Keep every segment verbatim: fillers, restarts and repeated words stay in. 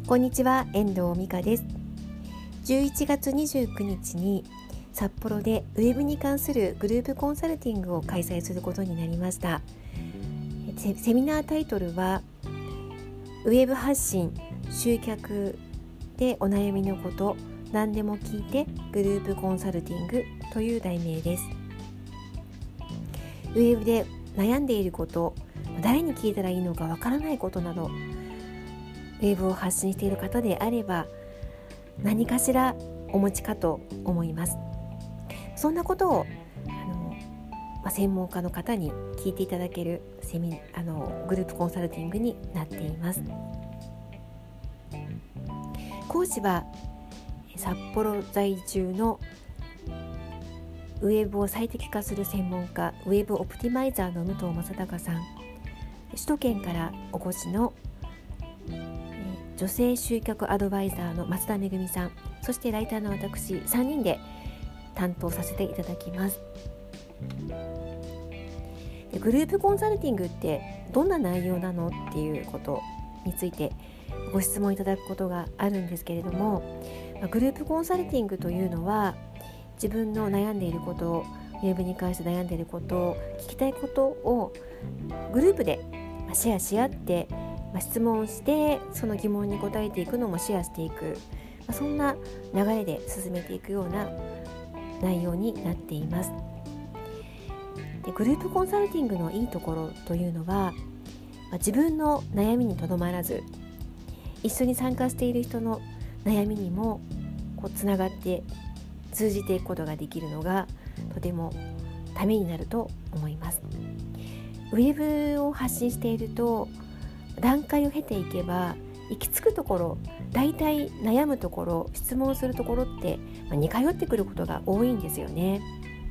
こんにちは、遠藤美香です。じゅういちがつにじゅうくにちに札幌でウェブに関するグループコンサルティングを開催することになりました。セ, セミナータイトルはウェブ発信集客でお悩みのこと何でも聞いてグループコンサルティングという題名です。ウェブで悩んでいること、誰に聞いたらいいのかわからないことなど、ウェブを発信している方であれば何かしらお持ちかと思います。そんなことをあの、まあ、専門家の方に聞いていただけるセミあのグループコンサルティングになっています。講師は札幌在住のウェブを最適化する専門家、ウェブオプティマイザーの武藤正孝さん、首都圏からお越しの女性集客アドバイザーの松田めぐみさん、そしてライターの私さんにんで担当させていただきます。でグループコンサルティングってどんな内容なのっていうことについてご質問いただくことがあるんですけれども、グループコンサルティングというのは自分の悩んでいること、ウェブに関して悩んでいること、聞きたいことをグループでシェアし合って質問して、その疑問に答えていくのもシェアしていく、そんな流れで進めていくような内容になっています。でグループコンサルティングのいいところというのは、自分の悩みにとどまらず、一緒に参加している人の悩みにもこうつながって通じていくことができるのがとてもためになると思います。ウェブを発信していると段階を経ていけば行き着くところ、だいたい悩むところ、質問するところって似通ってくることが多いんですよね。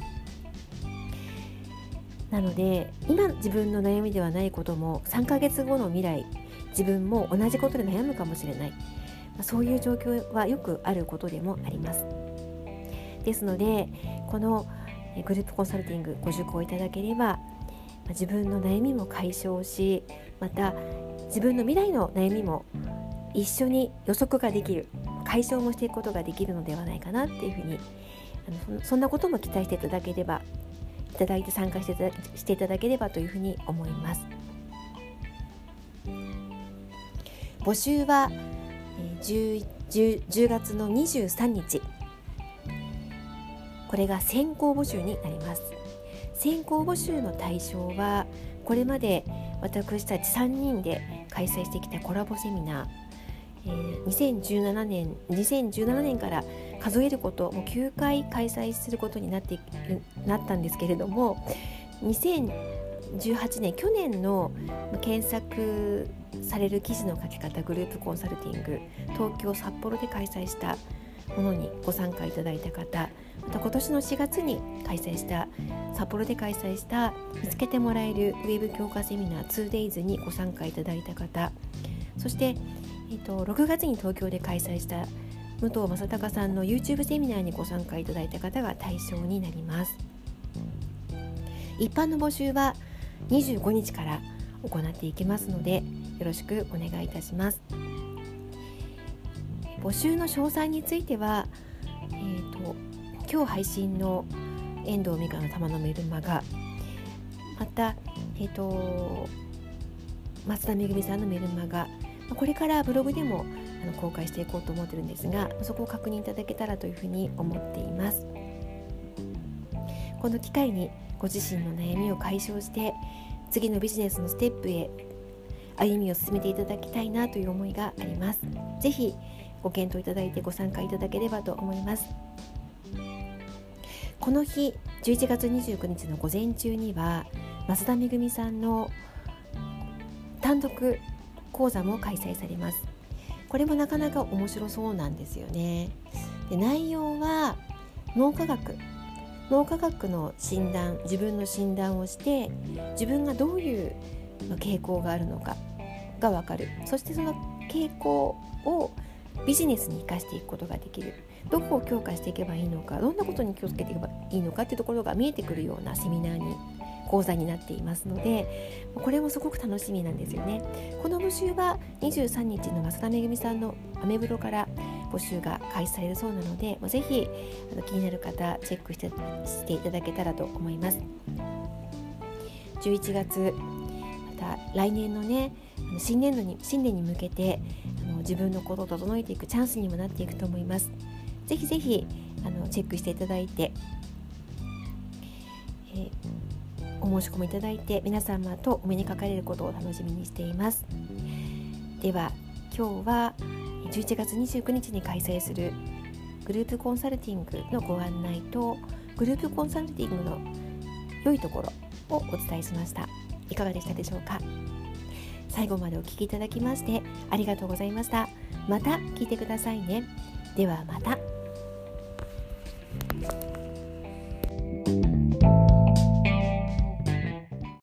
なので今自分の悩みではないこともさんかげつごの未来、自分も同じことで悩むかもしれない、そういう状況はよくあることでもあります。ですのでこのグループコンサルティングご受講いただければ、自分の悩みも解消し、また自分の未来の悩みも一緒に予測ができる、解消もしていくことができるのではないかなっていうふうに、あの そ, そんなことも期待していただければいただいて参加していただしていただければというふうに思います。募集は 10, 10, じゅうがつのにじゅうさんにち、これが先行募集になります。先行募集の対象はこれまで私たちさんにんで開催してきたコラボセミナー、えー、にせんじゅうななねんにせんじゅうななねんから数えることもうきゅうかい開催することになってなったんですけれども、にせんじゅうはちねん去年の検索される記事の書き方グループコンサルティング、東京札幌で開催したものにご参加いただいた方、また今年のしがつに開催した札幌で開催した見つけてもらえるウェブ強化セミナー ツーデイズ にご参加いただいた方、そして、えっと、ろくがつに東京で開催した武藤正孝さんの YouTube セミナーにご参加いただいた方が対象になります。一般の募集はにじゅうごにちから行っていきますので、よろしくお願いいたします。募集の詳細については、えーと、今日配信の遠藤美香の玉のメルマガ、また、えーと、松田めぐみさんのメルマガ、これからブログでもあの公開していこうと思ってるんですが、そこを確認いただけたらというふうに思っています。この機会にご自身の悩みを解消して次のビジネスのステップへ歩みを進めていただきたいなという思いがあります。ぜひご検討いただいてご参加いただければと思います。この日じゅういちがつにじゅうくにちの午前中には増田めぐみさんの単独講座も開催されます。これもなかなか面白そうなんですよね。で内容は脳科学脳科学の診断、自分の診断をして自分がどういう傾向があるのかが分かる、そしてその傾向をビジネスに生かしていくことができる、どこを強化していけばいいのか、どんなことに気をつけていけばいいのかというところが見えてくるようなセミナーに講座になっていますので、これもすごく楽しみなんですよね。この募集はにじゅうさんにちの増田めぐみさんのアメブロから募集が開始されるそうなので、ぜひあの気になる方チェックして、していただけたらと思います。じゅういちがつ、また来年のね新年度に新年に向けてあの自分のことを整えていくチャンスにもなっていくと思います。ぜひぜひあのチェックしていただいて、えー、お申し込みいただいて皆様とお目にかかれることを楽しみにしています。では今日はじゅういちがつにじゅうくにちに開催するグループコンサルティングのご案内とグループコンサルティングの良いところをお伝えしました。いかがでしたでしょうか。最後までお聞きいただきましてありがとうございました。また聞いてくださいね。ではまた。